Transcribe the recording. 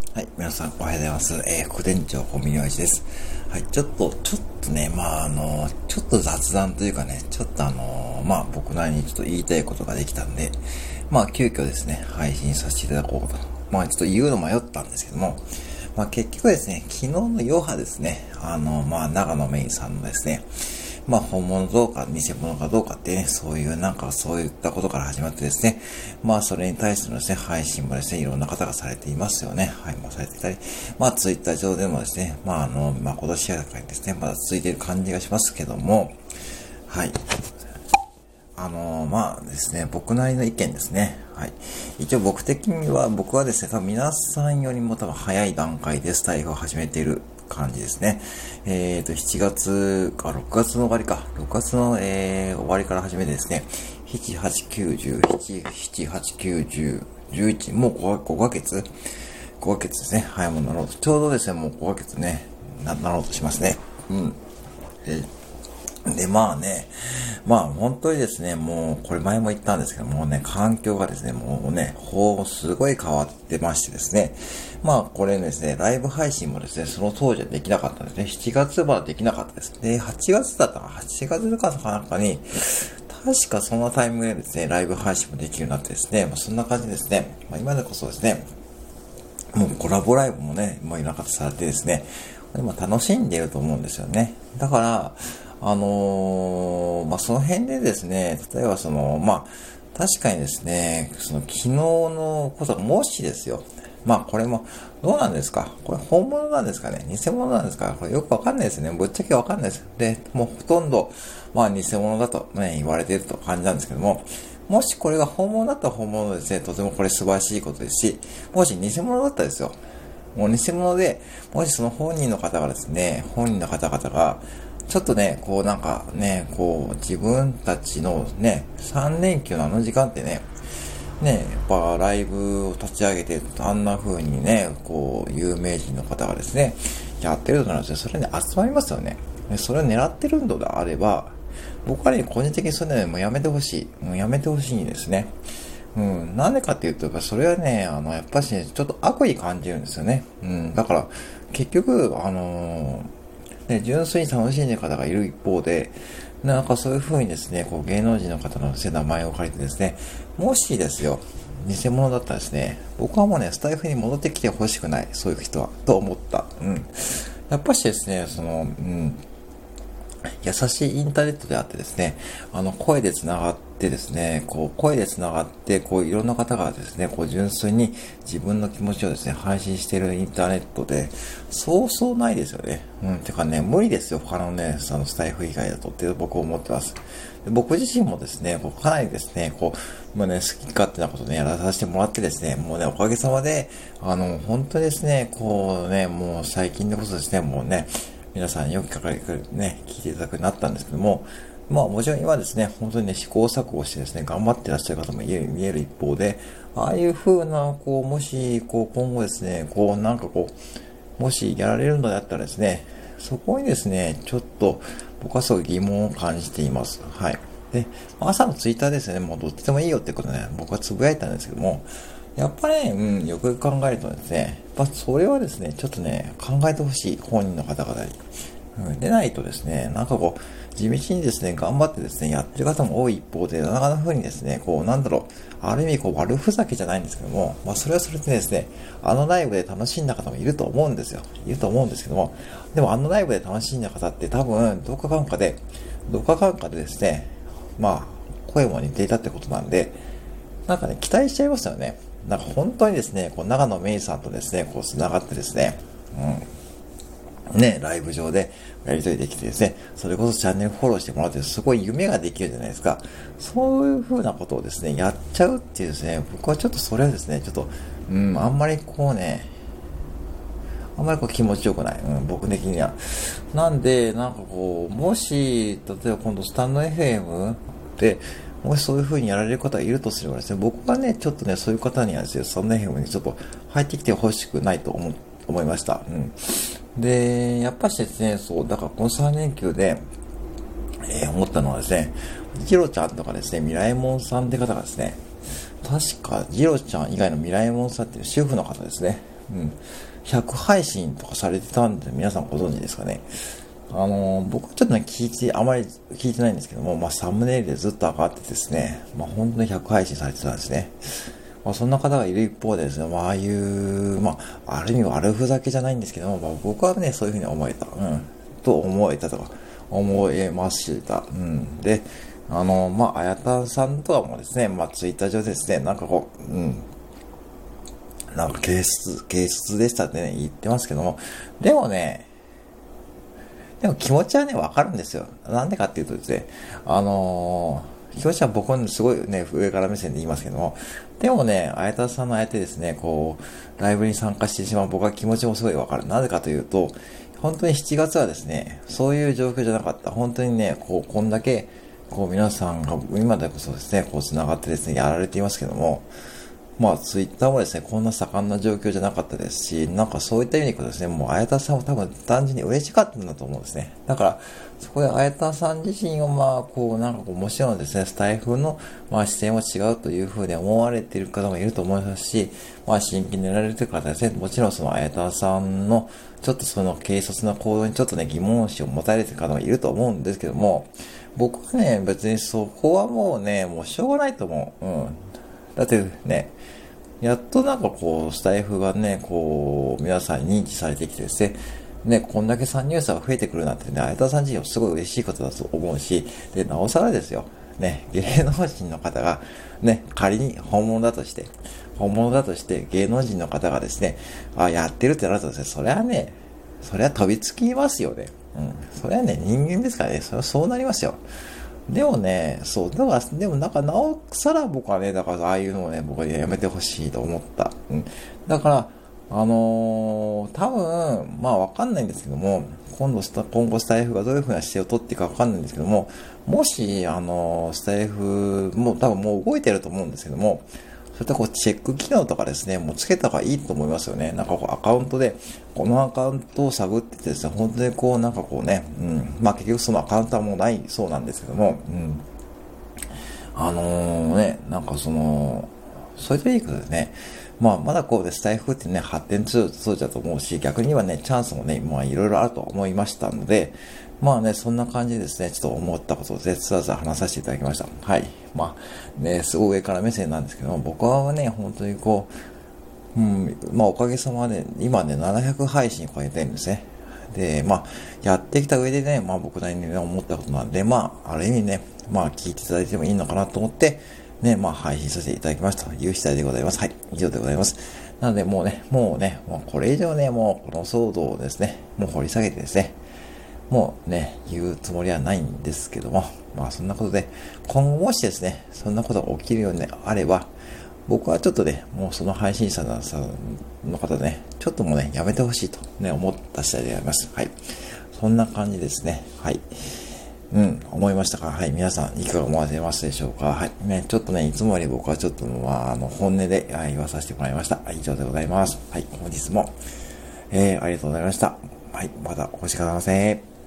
はい、皆さんおはようございます。副店長小見洋一です。はい、ちょっとね、ちょっと雑談というかね、僕なりにちょっと言いたいことができたんで、急遽ですね、配信させていただこうと。ちょっと言うの迷ったんですけども、結局ですね、昨日の余波ですね、長野メイさんのですね、本物どうか偽物かどうかってね、そういったことから始まってですね、それに対してのですね、配信もですね、いろんな方がされていますよね。はい、されていたり、ツイッター上でもですね、今年やかにですね、まだ続いている感じがしますけども、はい。ですね、僕なりの意見ですね。はい。一応僕はですね、多分皆さんよりも多分早い段階でスタイフを始めている感じですね。7月か、6月の終わりか。6月の、終わりから始めてですね、7、8、9、10、7、8、9、10、11、もう5ヶ月 ?5 ヶ月ですね。はい、もうなろうと。ちょうどですね、もう5ヶ月ね、なろうとしますね。うん。で、本当にですね、もう、これ前も言ったんですけどもね、環境がですね、もうね、すごい変わってましてですね、これですね、ライブ配信もですね、その当時はできなかったんですね。7月はできなかったです。で、8月だったか、8月かなんかに、確かそんなタイミングでですね、ライブ配信もできるようになってですね、そんな感じですね、今でこそですね、もうコラボライブもね、もういろんな方されてですね、今楽しんでいると思うんですよね。だから、その辺でですね、例えば確かにですね、昨日のことがもしですよ、これも、どうなんですか？これ本物なんですかね？偽物なんですか？これよくわかんないですね。ぶっちゃけわかんないです。で、もうほとんど、偽物だとね、言われていると感じなんですけども、もしこれが本物だったら本物ですね、とてもこれ素晴らしいことですし、もし偽物だったらですよ、もう偽物で、もしその本人の方々が、ちょっとね、自分たちのね、3連休のあの時間ってね、やっぱライブを立ち上げて、あんな風にね、有名人の方がですね、やってるとなると、それね、集まりますよね。それを狙ってるのであれば、僕はね、個人的にそれね、もうやめてほしい。もうやめてほしいんですね。なんでかっていうと、それはね、やっぱしね、ちょっと悪意感じるんですよね。だから、結局、純粋に楽しんでる方がいる一方で、そういう風にですね、芸能人の方の名前を借りてですね、もしですよ、偽物だったらですね、僕はもうね、スタイフに戻ってきてほしくない、そういう人は、と思った。やっぱしですね、優しいインターネットであってですね、声で繋がってですね、いろんな方がですね、純粋に自分の気持ちをですね、配信しているインターネットで、そうそうないですよね。てかね、無理ですよ、他のね、スタイフ以外だとって僕は思ってます。で僕自身もですね、かなりですね、好き勝手なことね、やらさせてもらってですね、もうね、おかげさまで、本当にですね、もう最近のことですね、もうね、皆さんによく聞いていただくようになったんですけども、もちろん今ですね、本当にね、試行錯誤してですね、頑張ってらっしゃる方も見える一方で、ああいう風な、もし、今後ですね、もしやられるのであったらですね、そこにですね、ちょっと、僕はすごい疑問を感じています。はい。で、朝のツイッターですね、もうどっちでもいいよってことね、僕はつぶやいたんですけども、やっぱり、よく考えるとですね、それはですね、ちょっとね、考えてほしい、本人の方々に。でないとですね、地道にですね、頑張ってですね、やってる方も多い一方で、なかなか風にですね、ある意味悪ふざけじゃないんですけども、それはそれでですね、あのライブで楽しんだ方もいると思うんですよ。いると思うんですけども、でもあのライブで楽しんだ方って多分、どっかかんかでですね、声も似ていたってことなんで、期待しちゃいますよね。本当にですね、長野メイさんとですね、繋がってですね、ライブ上でやりとりできてですね、それこそチャンネルフォローしてもらって、すごい夢ができるじゃないですか。そういう風なことをですね、やっちゃうっていうですね、僕はちょっとそれはですね、あんまり気持ちよくない。僕的には。なんで、もし、例えば今度スタンド FM で、もしそういう風にやられる方がいるとすればですね、僕はね、ちょっとね、そういう方にはですね、スタンド FM にちょっと入ってきてほしくないと思いました。で、やっぱしですね、だからこの3連休で、思ったのはですね、ジロちゃんとかですね、ミラエモンさんって方がですね、確かジロちゃん以外のミラエモンさんっていう主婦の方ですね。 100配信とかされてたんで、皆さんご存知ですかね。僕はちょっとね、あまり聞いてないんですけども、サムネイルでずっと上がってですね、本当に100配信されてたんですね。そんな方がいる一方でですね、ああいう、ある意味悪ふざけじゃないんですけども、僕はね、そういうふうに思えた。と思えたとか、思えました。で、あやたさんとかもですね、ツイッター上でですね、なんか軽率でしたってね、言ってますけども、でも気持ちはね、わかるんですよ。なんでかっていうとですね、気持ちは僕はすごいね、上から目線で言いますけども、でもね、あやたさんのあえてですね、ライブに参加してしまう僕は気持ちもすごいわかる。なぜかというと、本当に7月はですね、そういう状況じゃなかった。本当にね、こんだけ、皆さんが今でこそですね、繋がってですね、やられていますけども、ツイッターもですね、こんな盛んな状況じゃなかったですし、なんかそういった意味でですね、もう、あやたさんも多分単純に嬉しかったんだと思うんですね。だから、そこであやたさん自身をもちろんですね、スタイフの、視点も違うというふうに思われている方もいると思いますし、真剣にやられている方ですね、もちろんそのあやたさんの、ちょっとその軽率な行動にちょっとね、疑問視を持たれている方もいると思うんですけども、僕はね、別にそこはもうね、もうしょうがないと思う。だってね、やっとスタイフがね、皆さんに認知されてきてですね、こんだけ参入者が増えてくるなんてね、あやたさん自身はすごい嬉しいことだと思うし、で、なおさらですよ、ね、芸能人の方が、ね、仮に本物だとして芸能人の方がですね、やってるってなるとですね、それは飛びつきますよね。それはね、人間ですからね、それはそうなりますよ。でもね、でもなおさら僕はね、だからああいうのをね、僕はやめてほしいと思った。だから、多分、わかんないんですけども、今後スタイフがどういう風な姿勢を取っていくかわかんないんですけども、もし、スタイフも多分もう動いてると思うんですけども、そういったチェック機能とかですね、もうつけた方がいいと思いますよね。アカウントで、このアカウントを探っててですね、本当に結局そのアカウントはもうないそうなんですけども、そういった意味でね、まだスタイフってね、発展そうだと思うし、逆にはね、チャンスもね、いろいろあると思いましたので、そんな感じでですね、ちょっと思ったことをつらつら話させていただきました。はい。すごい上から目線なんですけども、僕はね、本当におかげさまで、今ね、700配信超えてるんですね。で、やってきた上でね、僕なりにね、思ったことなんで、ある意味ね、聞いていただいてもいいのかなと思って、ね、配信させていただきましたという次第でございます。はい、以上でございます。なので、もうこれ以上ね、この騒動をですね、もう掘り下げてですね、もうね、言うつもりはないんですけども、そんなことで、今後もしですね、そんなことが起きるようにあれば、僕はちょっとね、もうその配信者の方ね、ちょっともうね、やめてほしいとね、思った次第であります。はい。そんな感じですね。はい。思いましたか？はい。皆さん、いかが思われますでしょうか？はい。ね、ちょっとね、いつもより僕はちょっと、本音で言わさせてもらいました。はい、以上でございます。はい。本日も、ありがとうございました。はい。またお越しくださいませ。